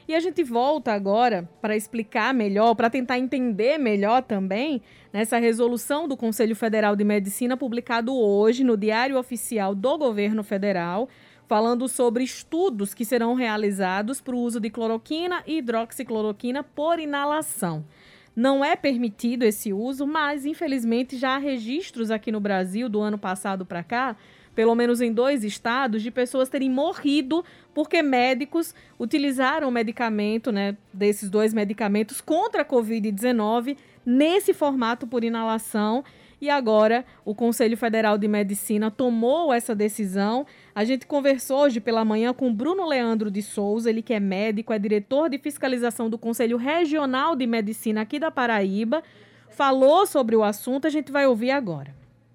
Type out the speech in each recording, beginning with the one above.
E a gente volta agora para explicar melhor, para tentar entender melhor também, nessa resolução do Conselho Federal de Medicina, publicado hoje no Diário Oficial do Governo Federal, falando sobre estudos que serão realizados para o uso de cloroquina e hidroxicloroquina por inalação. Não é permitido esse uso, mas, infelizmente, já há registros aqui no Brasil, do ano passado para cá, pelo menos em 2 estados, de pessoas terem morrido porque médicos utilizaram o medicamento, desses 2 medicamentos contra a Covid-19 nesse formato por inalação. E agora o Conselho Federal de Medicina tomou essa decisão. A gente conversou hoje pela manhã com Bruno Leandro de Souza, ele que é médico, é diretor de fiscalização do Conselho Regional de Medicina aqui da Paraíba. Falou sobre o assunto, a gente vai ouvir agora.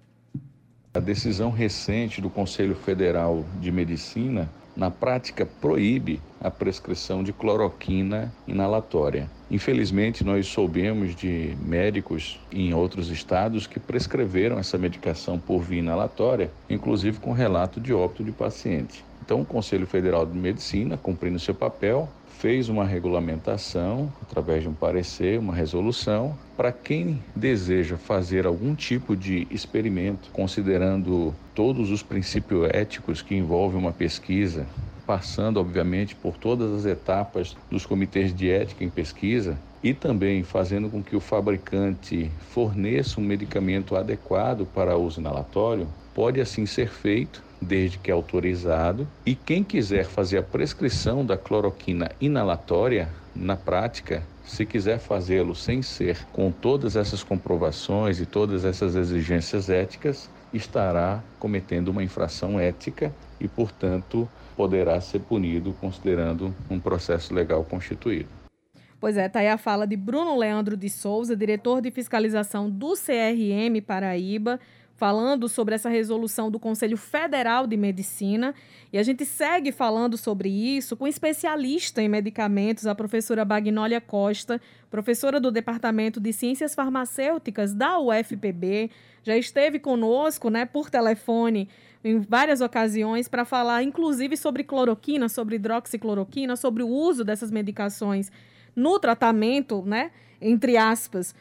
A decisão recente do Conselho Federal de Medicina, na prática, proíbe a prescrição de cloroquina inalatória. Infelizmente, nós soubemos de médicos em outros estados que prescreveram essa medicação por via inalatória, inclusive com relato de óbito de paciente. Então, o Conselho Federal de Medicina, cumprindo seu papel, fez uma regulamentação, através de um parecer, uma resolução, para quem deseja fazer algum tipo de experimento, considerando todos os princípios éticos que envolvem uma pesquisa, passando, obviamente, por todas as etapas dos comitês de ética em pesquisa e também fazendo com que o fabricante forneça um medicamento adequado para uso inalatório, pode assim ser feito, desde que autorizado, e quem quiser fazer a prescrição da cloroquina inalatória, na prática, se quiser fazê-lo sem ser com todas essas comprovações e todas essas exigências éticas, estará cometendo uma infração ética e, portanto, poderá ser punido considerando um processo legal constituído. Pois é, está aí a fala de Bruno Leandro de Souza, diretor de fiscalização do CRM Paraíba, falando sobre essa resolução do Conselho Federal de Medicina. E a gente segue falando sobre isso com especialista em medicamentos, a professora Bagnólia Costa, professora do Departamento de Ciências Farmacêuticas da UFPB. Já esteve conosco, por telefone em várias ocasiões para falar, inclusive, sobre cloroquina, sobre hidroxicloroquina, sobre o uso dessas medicações no tratamento, entre aspas,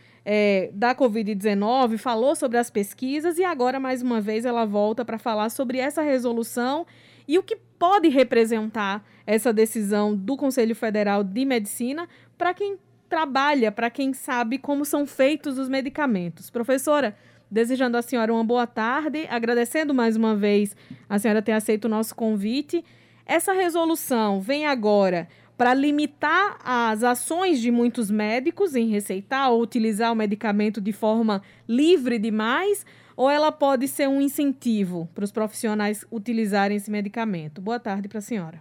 da Covid-19, falou sobre as pesquisas e agora, mais uma vez, ela volta para falar sobre essa resolução e o que pode representar essa decisão do Conselho Federal de Medicina para quem trabalha, para quem sabe como são feitos os medicamentos. Professora, desejando à senhora uma boa tarde, agradecendo mais uma vez a senhora ter aceito o nosso convite. Essa resolução vem agora para limitar as ações de muitos médicos em receitar ou utilizar o medicamento de forma livre demais, ou ela pode ser um incentivo para os profissionais utilizarem esse medicamento? Boa tarde para a senhora.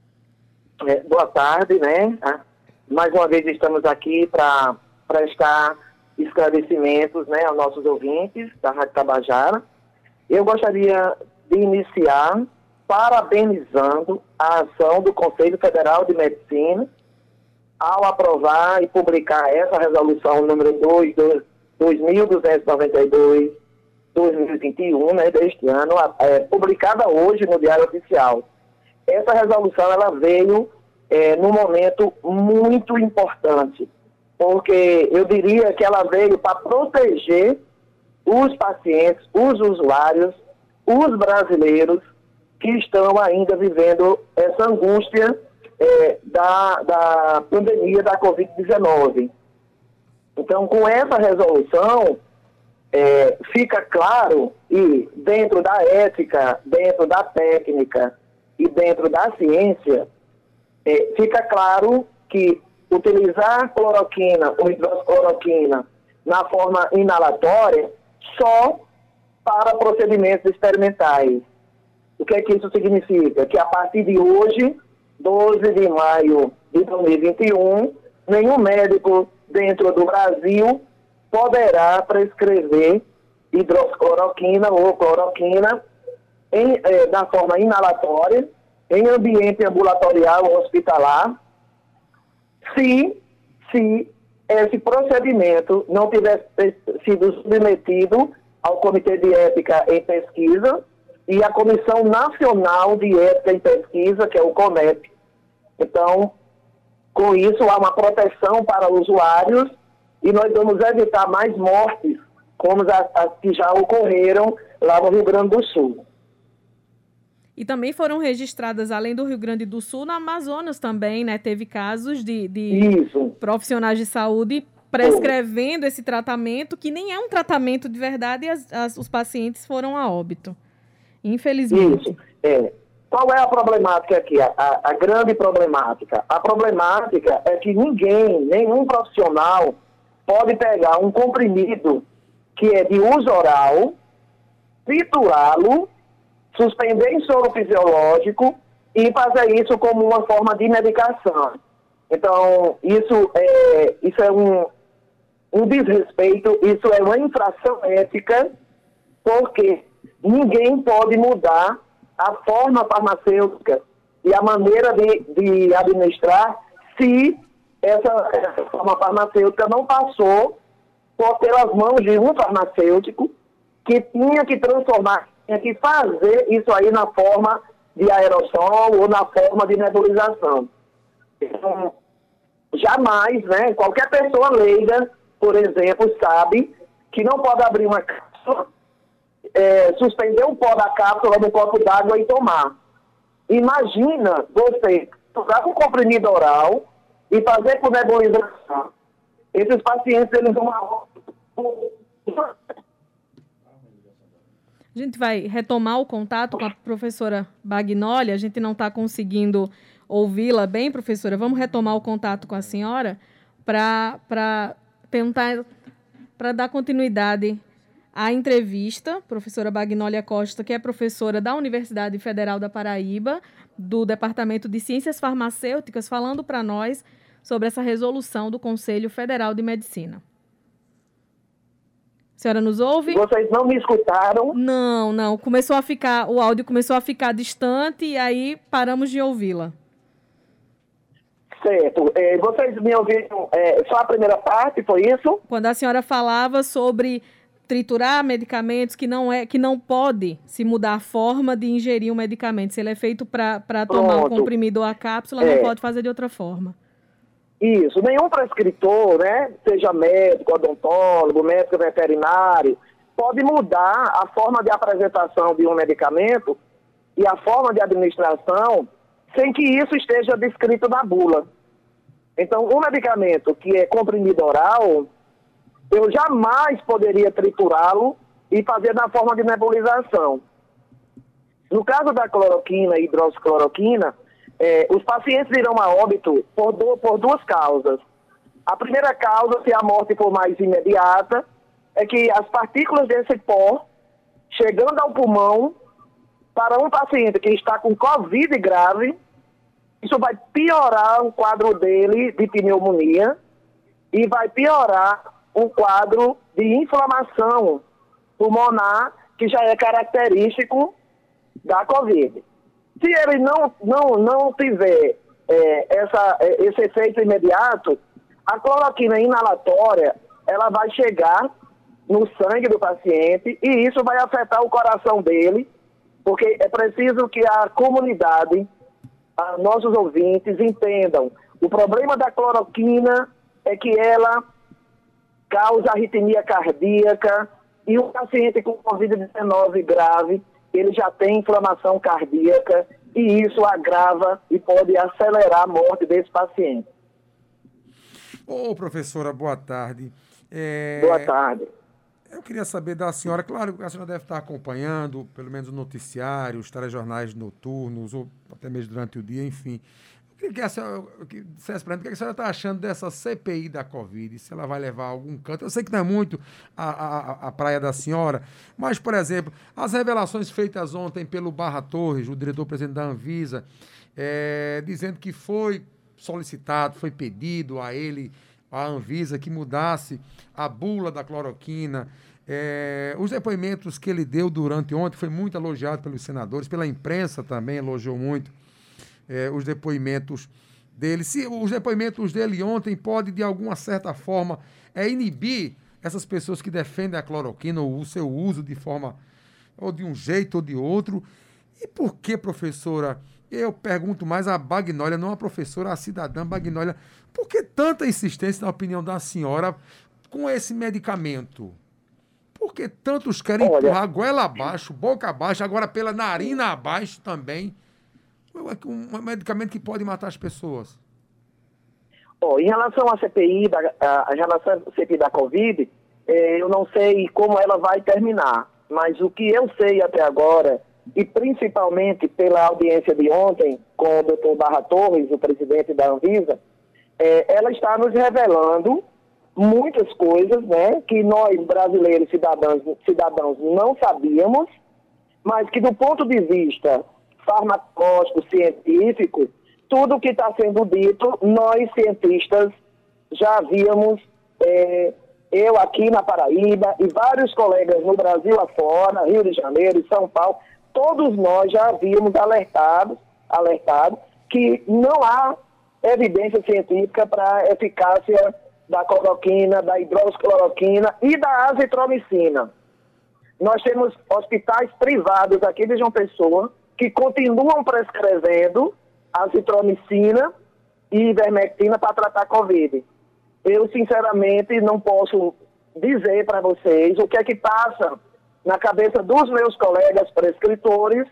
Boa tarde, Mais uma vez estamos aqui para prestar esclarecimentos, aos nossos ouvintes da Rádio Tabajara. Eu gostaria de iniciar parabenizando a ação do Conselho Federal de Medicina ao aprovar e publicar essa resolução número 2292/2021, deste ano, publicada hoje no Diário Oficial. Essa resolução ela veio num momento muito importante, porque eu diria que ela veio para proteger os pacientes, os usuários, os brasileiros que estão ainda vivendo essa angústia da pandemia da Covid-19. Então, com essa resolução, fica claro, e dentro da ética, dentro da técnica e dentro da ciência, fica claro que utilizar cloroquina ou hidroxicloroquina na forma inalatória só para procedimentos experimentais. O que é que isso significa? Que a partir de hoje, 12 de maio de 2021, nenhum médico dentro do Brasil poderá prescrever hidroxicloroquina ou cloroquina da forma inalatória em ambiente ambulatorial ou hospitalar, se esse procedimento não tivesse sido submetido ao Comitê de Ética em Pesquisa e à Comissão Nacional de Ética em Pesquisa, que é o CONEP. Então, Com isso, há uma proteção para usuários e nós vamos evitar mais mortes, como as que já ocorreram lá no Rio Grande do Sul. E também foram registradas, além do Rio Grande do Sul, no Amazonas também, né? Teve casos de profissionais de saúde prescrevendo esse tratamento, que nem é um tratamento de verdade, e os pacientes foram a óbito. Infelizmente. Isso. Qual é a problemática aqui? A grande problemática? A problemática é que nenhum profissional pode pegar um comprimido que é de uso oral, triturá-lo, suspender em soro fisiológico e fazer isso como uma forma de medicação. Então, isso é um desrespeito, isso é uma infração ética, porque ninguém pode mudar a forma farmacêutica e a maneira de administrar se essa forma farmacêutica não passou pelas mãos de um farmacêutico que tinha que transformar, tinha que fazer isso aí na forma de aerossol ou na forma de nebulização. Então, jamais, né, qualquer pessoa leiga, por exemplo, sabe que não pode abrir uma cápsula, suspender o pó da cápsula no copo d'água e tomar. Imagina você usar um comprimido oral e fazer por nebulização. Esses pacientes, eles vão... A gente vai retomar o contato com a professora Bagnoli, a gente não está conseguindo ouvi-la bem, professora. Vamos retomar o contato com a senhora para tentar, para dar continuidade à entrevista. Professora Bagnoli Costa, que é professora da Universidade Federal da Paraíba, do Departamento de Ciências Farmacêuticas, falando para nós sobre essa resolução do Conselho Federal de Medicina. A senhora nos ouve? Vocês não me escutaram? Não. O áudio começou a ficar distante e aí paramos de ouvi-la. Certo. Vocês me ouviram só a primeira parte, foi isso? Quando a senhora falava sobre triturar medicamentos, que não pode se mudar a forma de ingerir um medicamento. Se ele é feito para tomar um comprimido ou a cápsula, não pode fazer de outra forma. Isso, nenhum prescritor, né, seja médico, odontólogo, médico veterinário, pode mudar a forma de apresentação de um medicamento e a forma de administração sem que isso esteja descrito na bula. Então, um medicamento que é comprimido oral, eu jamais poderia triturá-lo e fazer na forma de nebulização. No caso da cloroquina e hidroxicloroquina, os pacientes irão a óbito por duas causas. A primeira causa, se a morte for mais imediata, é que as partículas desse pó, chegando ao pulmão, para um paciente que está com Covid grave, isso vai piorar o quadro dele de pneumonia e vai piorar o quadro de inflamação pulmonar, que já é característico da Covid. Se ele não tiver esse efeito imediato, a cloroquina inalatória, ela vai chegar no sangue do paciente e isso vai afetar o coração dele, porque é preciso que a comunidade, nossos ouvintes, entendam. O problema da cloroquina é que ela causa arritmia cardíaca e o paciente com Covid-19 grave, ele já tem inflamação cardíaca e isso agrava e pode acelerar a morte desse paciente. Ô, professora, boa tarde. Boa tarde. Eu queria saber da senhora, claro que a senhora deve estar acompanhando, pelo menos o noticiário, os telejornais noturnos, ou até mesmo durante o dia, enfim. Eu queria que a senhora dissesse para mim o que a senhora está achando dessa CPI da Covid, se ela vai levar a algum canto. Eu sei que não é muito a praia da senhora, mas, por exemplo, as revelações feitas ontem pelo Barra Torres, o diretor-presidente da Anvisa, dizendo que foi solicitado, foi pedido a ele, a Anvisa, que mudasse a bula da cloroquina. Os depoimentos que ele deu durante ontem foi muito elogiado pelos senadores, pela imprensa também elogiou muito os depoimentos dele. Se os depoimentos dele ontem podem, de alguma certa forma, inibir essas pessoas que defendem a cloroquina ou o seu uso de forma, ou de um jeito ou de outro. E por que, professora, eu pergunto mais a Bagnólia, não a professora, a cidadã Bagnólia, por que tanta insistência, na opinião da senhora, com esse medicamento? Por que tantos querem empurrar goela abaixo, boca abaixo, agora pela narina abaixo também? Um medicamento que pode matar as pessoas. Em relação à CPI, em relação à CPI da Covid, eu não sei como ela vai terminar, mas o que eu sei até agora, e principalmente pela audiência de ontem com o Dr. Barra Torres, o presidente da Anvisa, ela está nos revelando muitas coisas, né, que nós brasileiros cidadãos não sabíamos, mas que do ponto de vista farmacológico, científico, tudo que está sendo dito, nós cientistas já havíamos, eu aqui na Paraíba e vários colegas no Brasil afora, Rio de Janeiro, São Paulo, todos nós já havíamos alertado que não há evidência científica para a eficácia da cloroquina, da hidroxicloroquina e da azitromicina. Nós temos hospitais privados aqui de João Pessoa que continuam prescrevendo azitromicina e ivermectina para tratar Covid. Eu, sinceramente, não posso dizer para vocês o que é que passa na cabeça dos meus colegas prescritores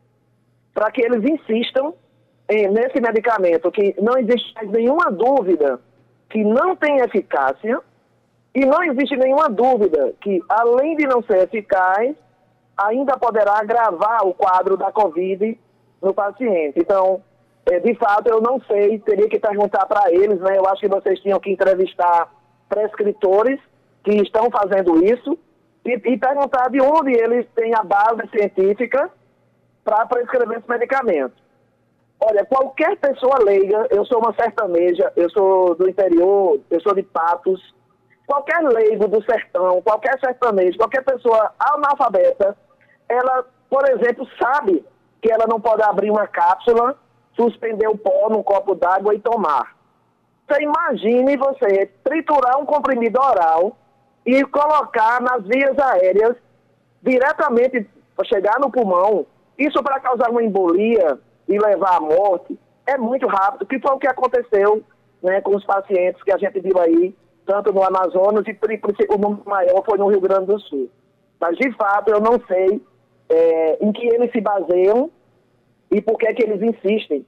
para que eles insistam nesse medicamento, que não existe mais nenhuma dúvida que não tem eficácia e não existe nenhuma dúvida que, além de não ser eficaz, ainda poderá agravar o quadro da Covid no paciente. Então, de fato, eu não sei, teria que perguntar para eles, né? Eu acho que vocês tinham que entrevistar prescritores que estão fazendo isso e perguntar de onde eles têm a base científica para prescrever esse medicamento. Olha, qualquer pessoa leiga, eu sou uma sertaneja, eu sou do interior, eu sou de Patos, qualquer leigo do sertão, qualquer sertanejo, qualquer pessoa analfabeta, ela, por exemplo, sabe que ela não pode abrir uma cápsula, suspender o pó num copo d'água e tomar. Você imagine você triturar um comprimido oral e colocar nas vias aéreas diretamente para chegar no pulmão, isso para causar uma embolia e levar à morte, é muito rápido, que foi o que aconteceu, né, com os pacientes que a gente viu aí, tanto no Amazonas e o número maior foi no Rio Grande do Sul. Mas, de fato, eu não sei em que eles se baseiam e por que é que eles insistem.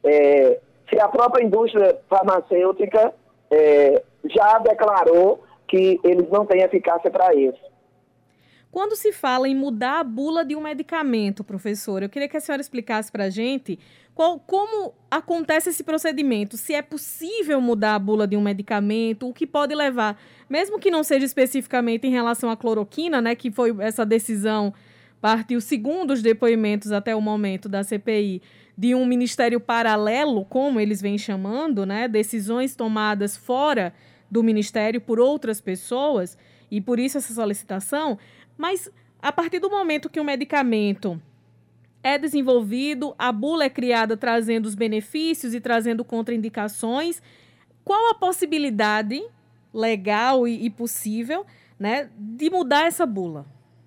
Se a própria indústria farmacêutica já declarou que eles não têm eficácia para isso. Quando se fala em mudar a bula de um medicamento, professor, eu queria que a senhora explicasse para a gente como acontece esse procedimento, se é possível mudar a bula de um medicamento, o que pode levar, mesmo que não seja especificamente em relação à cloroquina, né, que foi essa decisão, partiu segundo os depoimentos até o momento da CPI, de um ministério paralelo, como eles vêm chamando, né, decisões tomadas fora do ministério por outras pessoas, e por isso essa solicitação. Mas, a partir do momento que um medicamento é desenvolvido, a bula é criada trazendo os benefícios e trazendo contraindicações, qual a possibilidade legal e possível, né, de mudar essa bula?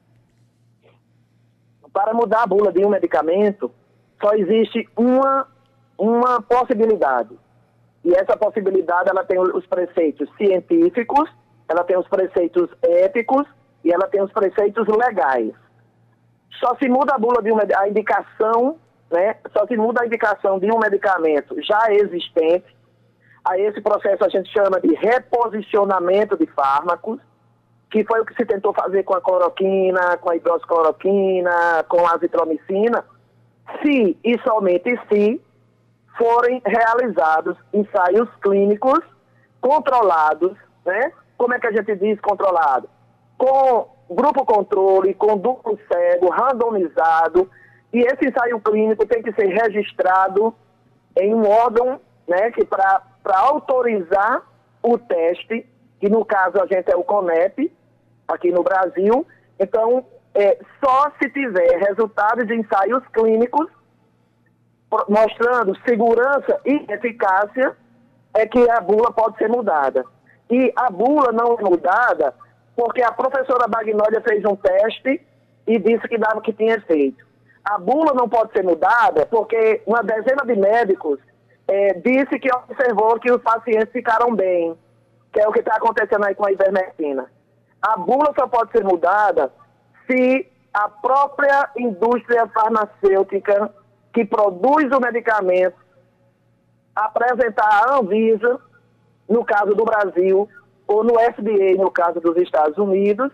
Para mudar a bula de um medicamento, só existe uma possibilidade. E essa possibilidade, ela tem os preceitos científicos, ela tem os preceitos éticos, e ela tem os preceitos legais. Só se muda a bula de a indicação, né? Só se muda a indicação de um medicamento já existente. A esse processo a gente chama de reposicionamento de fármacos, que foi o que se tentou fazer com a cloroquina, com a hidroxicloroquina, com a azitromicina, se e somente se forem realizados ensaios clínicos controlados, né? Como é que a gente diz controlado? Com grupo controle, com duplo cego, randomizado, e esse ensaio clínico tem que ser registrado em um órgão, né, que para autorizar o teste, que no caso a gente é o CONEP, aqui no Brasil. Então, só se tiver resultados de ensaios clínicos mostrando segurança e eficácia é que a bula pode ser mudada. E a bula não é mudada porque a professora Bagnólia fez um teste e disse que dava que tinha efeito. A bula não pode ser mudada porque uma dezena de médicos disse que observou que os pacientes ficaram bem, que é o que está acontecendo aí com a ivermectina. A bula só pode ser mudada se a própria indústria farmacêutica que produz o medicamento apresentar à Anvisa, no caso do Brasil, ou no FDA, no caso dos Estados Unidos,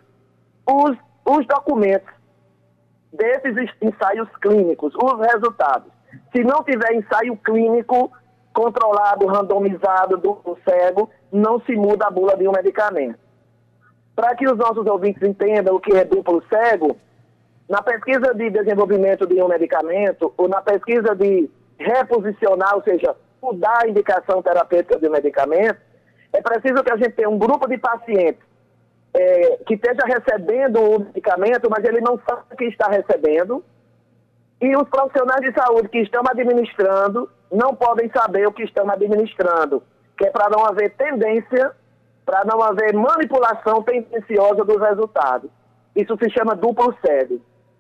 os documentos desses ensaios clínicos, os resultados. Se não tiver ensaio clínico controlado, randomizado, duplo cego, não se muda a bula de um medicamento. Para que os nossos ouvintes entendam o que é duplo cego, na pesquisa de desenvolvimento de um medicamento, ou na pesquisa de reposicionar, ou seja, mudar a indicação terapêutica de um medicamento, é preciso que a gente tenha um grupo de pacientes que esteja recebendo o medicamento, mas ele não sabe o que está recebendo, e os profissionais de saúde que estão administrando não podem saber o que estão administrando, que é para não haver tendência, para não haver manipulação tendenciosa dos resultados. Isso se chama duplo cego.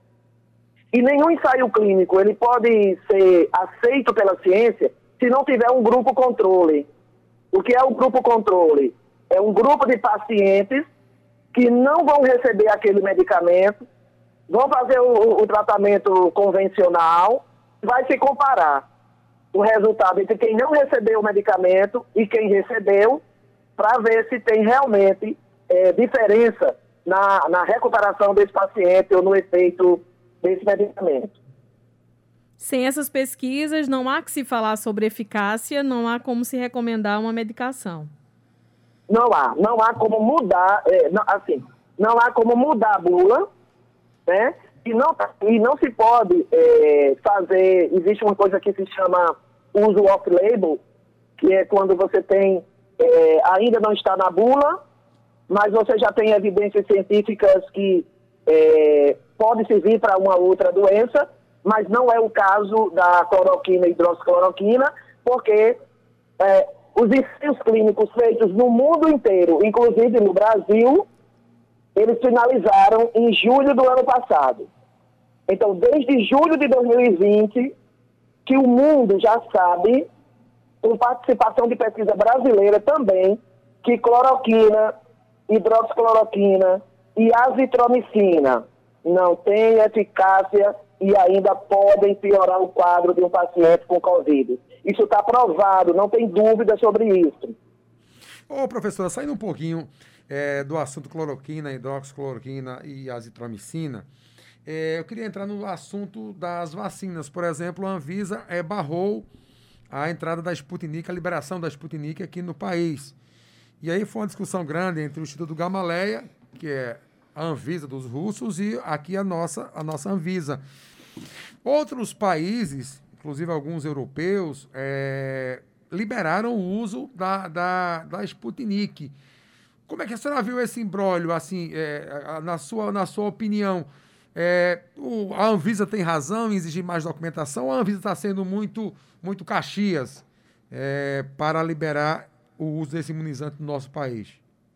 E nenhum ensaio clínico ele pode ser aceito pela ciência se não tiver um grupo controle. O que é o grupo controle? É um grupo de pacientes que não vão receber aquele medicamento, vão fazer o tratamento convencional, vai se comparar o resultado entre quem não recebeu o medicamento e quem recebeu, para ver se tem realmente diferença na recuperação desse paciente ou no efeito desse medicamento. Sem essas pesquisas, não há que se falar sobre eficácia, não há como se recomendar uma medicação. Não há como mudar, não há como mudar a bula, né? E não se pode fazer, existe uma coisa que se chama uso off-label, que é quando você tem, ainda não está na bula, mas você já tem evidências científicas que pode servir para uma outra doença, mas não é o caso da cloroquina e hidroxicloroquina, porque os ensaios clínicos feitos no mundo inteiro, inclusive no Brasil, eles finalizaram em julho do ano passado. Então, desde julho de 2020, que o mundo já sabe, com participação de pesquisa brasileira também, que cloroquina, hidroxicloroquina e azitromicina não têm eficácia e ainda podem piorar o quadro de um paciente com Covid. Isso está provado, não tem dúvida sobre isso. Ô, professora, saindo um pouquinho do assunto cloroquina, hidroxicloroquina e azitromicina, eu queria entrar no assunto das vacinas. Por exemplo, a Anvisa barrou a entrada da Sputnik, a liberação da Sputnik aqui no país. E aí foi uma discussão grande entre o Instituto Gamaleya, que é a Anvisa dos russos, e aqui a nossa Anvisa. Outros países, inclusive alguns europeus, liberaram o uso da Sputnik. Como é que a senhora viu esse imbróglio, assim, na sua opinião? A Anvisa tem razão em exigir mais documentação, ou a Anvisa está sendo muito caxias para liberar o uso desse imunizante no nosso país?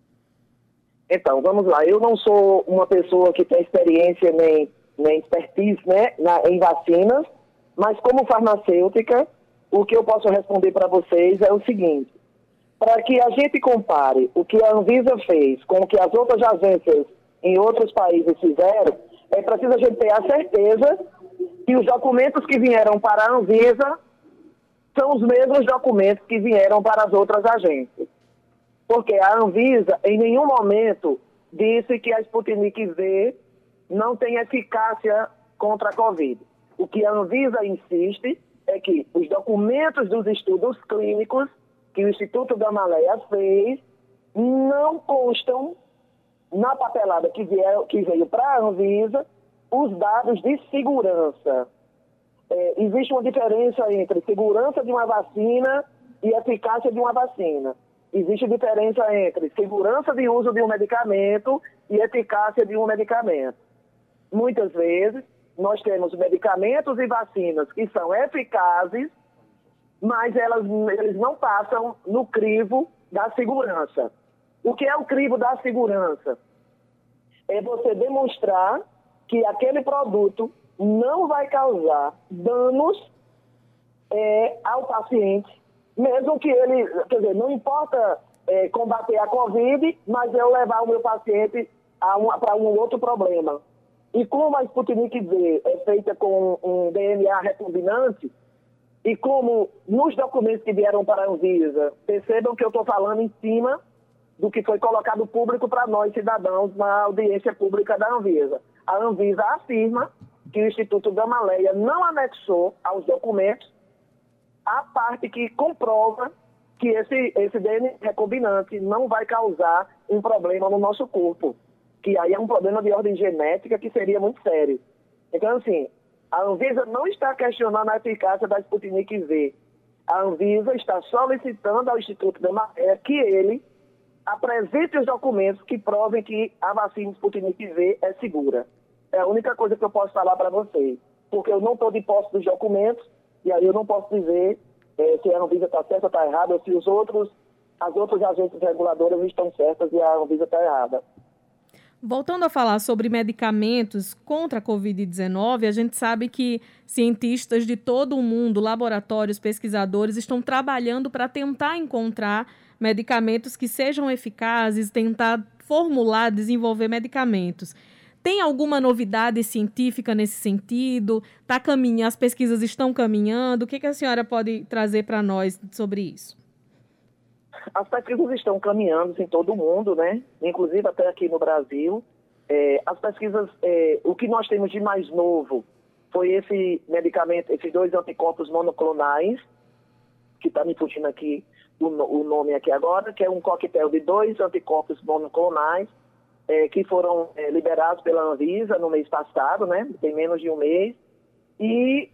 Então, vamos lá. Eu não sou uma pessoa que tem experiência nem expertise, né, em vacinas, mas como farmacêutica, o que eu posso responder para vocês é o seguinte: para que a gente compare o que a Anvisa fez com o que as outras agências em outros países fizeram, é preciso a gente ter a certeza que os documentos que vieram para a Anvisa são os mesmos documentos que vieram para as outras agências. Porque a Anvisa, em nenhum momento, disse que a Sputnik V não tem eficácia contra a Covid. O que a Anvisa insiste é que os documentos dos estudos clínicos que o Instituto Gamaleya fez não constam na papelada que veio para a Anvisa os dados de segurança. Existe uma diferença entre segurança de uma vacina e eficácia de uma vacina. Existe diferença entre segurança de uso de um medicamento e eficácia de um medicamento. Muitas vezes, nós temos medicamentos e vacinas que são eficazes, mas eles não passam no crivo da segurança. O que é o crivo da segurança? É você demonstrar que aquele produto não vai causar danos ao paciente, mesmo que ele, quer dizer, não importa combater a Covid, mas eu levar o meu paciente para um outro problema. E como a Sputnik V é feita com um DNA recombinante, e como nos documentos que vieram para a Anvisa, percebam que eu estou falando em cima do que foi colocado público para nós, cidadãos, na audiência pública da Anvisa. A Anvisa afirma que o Instituto Gamaleya não anexou aos documentos a parte que comprova que esse DNA recombinante não vai causar um problema no nosso corpo, que aí é um problema de ordem genética que seria muito sério. Então, assim, a Anvisa não está questionando a eficácia da Sputnik V. A Anvisa está solicitando ao Instituto Gamaleya que ele apresente os documentos que provem que a vacina Sputnik V é segura. É a única coisa que eu posso falar para vocês, porque eu não estou de posse dos documentos, e aí eu não posso dizer se a Anvisa está certa ou está errada, ou se as outras agências reguladoras estão certas e a Anvisa está errada. Voltando a falar sobre medicamentos contra a Covid-19, a gente sabe que cientistas de todo o mundo, laboratórios, pesquisadores, estão trabalhando para tentar encontrar medicamentos que sejam eficazes, tentar formular, desenvolver medicamentos. Tem alguma novidade científica nesse sentido? As pesquisas estão caminhando? O que a senhora pode trazer para nós sobre isso? As pesquisas estão caminhando em todo o mundo, né? Inclusive até aqui no Brasil. As pesquisas, o que nós temos de mais novo foi esse medicamento, esses 2 anticorpos monoclonais, que está me fugindo aqui o nome aqui agora, que é um coquetel de 2 anticorpos monoclonais, que foram liberados pela Anvisa no mês passado, né? Tem menos de um mês. E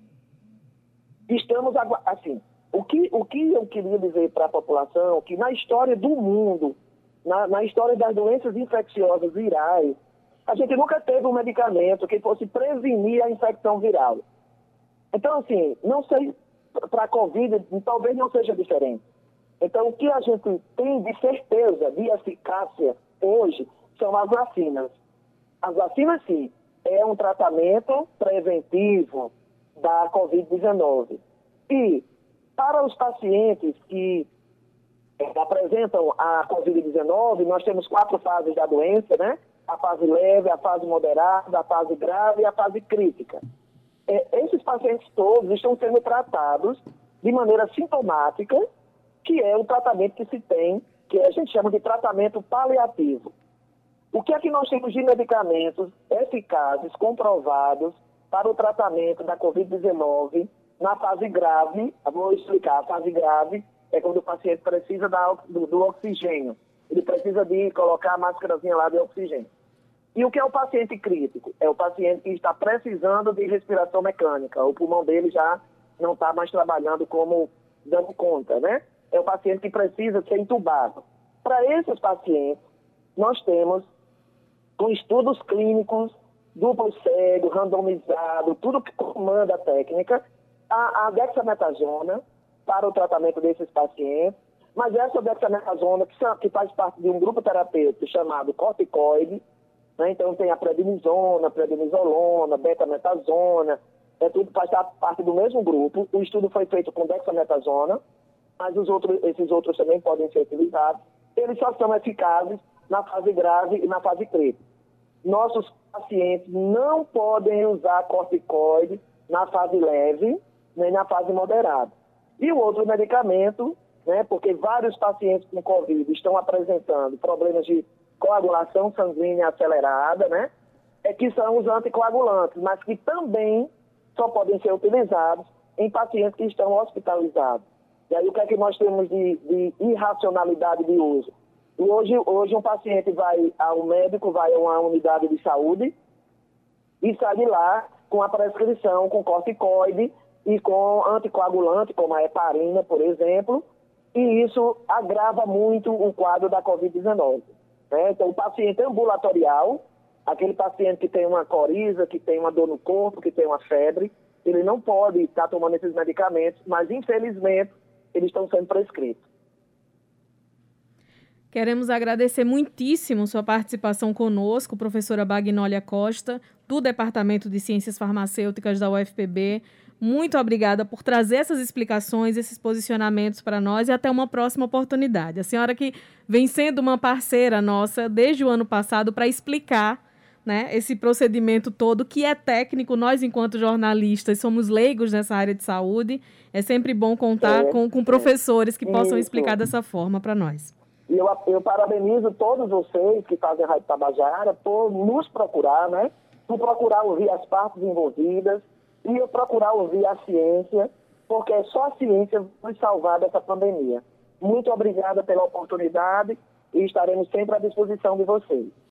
estamos, assim, o que eu queria dizer para a população, que na história do mundo, na história das doenças infecciosas virais, a gente nunca teve um medicamento que fosse prevenir a infecção viral. Então, assim, não sei, para a Covid, talvez não seja diferente. Então, o que a gente tem de certeza, de eficácia hoje, são as vacinas. As vacinas, sim, é um tratamento preventivo da Covid-19. E para os pacientes que apresentam a Covid-19, nós temos 4 fases da doença, né? A fase leve, a fase moderada, a fase grave e a fase crítica. Esses pacientes todos estão sendo tratados de maneira sintomática, que é o tratamento que se tem, que a gente chama de tratamento paliativo. O que é que nós temos de medicamentos eficazes, comprovados, para o tratamento da Covid-19 na fase grave? Eu vou explicar. A fase grave é quando o paciente precisa do oxigênio. Ele precisa de colocar a máscarazinha lá de oxigênio. E o que é o paciente crítico? É o paciente que está precisando de respiração mecânica. O pulmão dele já não está mais trabalhando como dando conta, né? É o paciente que precisa ser entubado. Para esses pacientes, nós temos, com estudos clínicos, duplo cego, randomizado, tudo que comanda a técnica, a dexametasona para o tratamento desses pacientes, mas essa dexametasona, que faz parte de um grupo terapêutico chamado corticoide, né? Então tem a prednisona, prednisolona, betametasona, tudo faz parte do mesmo grupo. O estudo foi feito com dexametasona, mas esses outros também podem ser utilizados. Eles só são eficazes na fase grave e na fase crítica. Nossos pacientes não podem usar corticoide na fase leve, nem na fase moderada. E o outro medicamento, né, porque vários pacientes com Covid estão apresentando problemas de coagulação sanguínea acelerada, né, que são os anticoagulantes, mas que também só podem ser utilizados em pacientes que estão hospitalizados. E aí o que é que nós temos de irracionalidade de uso? Hoje um paciente vai a um médico, vai a uma unidade de saúde e sai de lá com a prescrição com corticoide e com anticoagulante, como a heparina, por exemplo, e isso agrava muito o quadro da Covid-19. Né? Então, o paciente ambulatorial, aquele paciente que tem uma coriza, que tem uma dor no corpo, que tem uma febre, ele não pode estar tomando esses medicamentos, mas, infelizmente, eles estão sendo prescritos. Queremos agradecer muitíssimo sua participação conosco, professora Bagnólia Costa, do Departamento de Ciências Farmacêuticas da UFPB. Muito obrigada por trazer essas explicações, esses posicionamentos para nós e até uma próxima oportunidade. A senhora que vem sendo uma parceira nossa desde o ano passado para explicar, né, esse procedimento todo que é técnico. Nós, enquanto jornalistas, somos leigos nessa área de saúde. É sempre bom contar com professores que possam explicar dessa forma para nós. E eu parabenizo todos vocês que fazem a Rádio Tabajara por nos procurar, né? Por procurar ouvir as partes envolvidas e eu procurar ouvir a ciência, porque é só a ciência que vai salvar dessa pandemia. Muito obrigada pela oportunidade e estaremos sempre à disposição de vocês.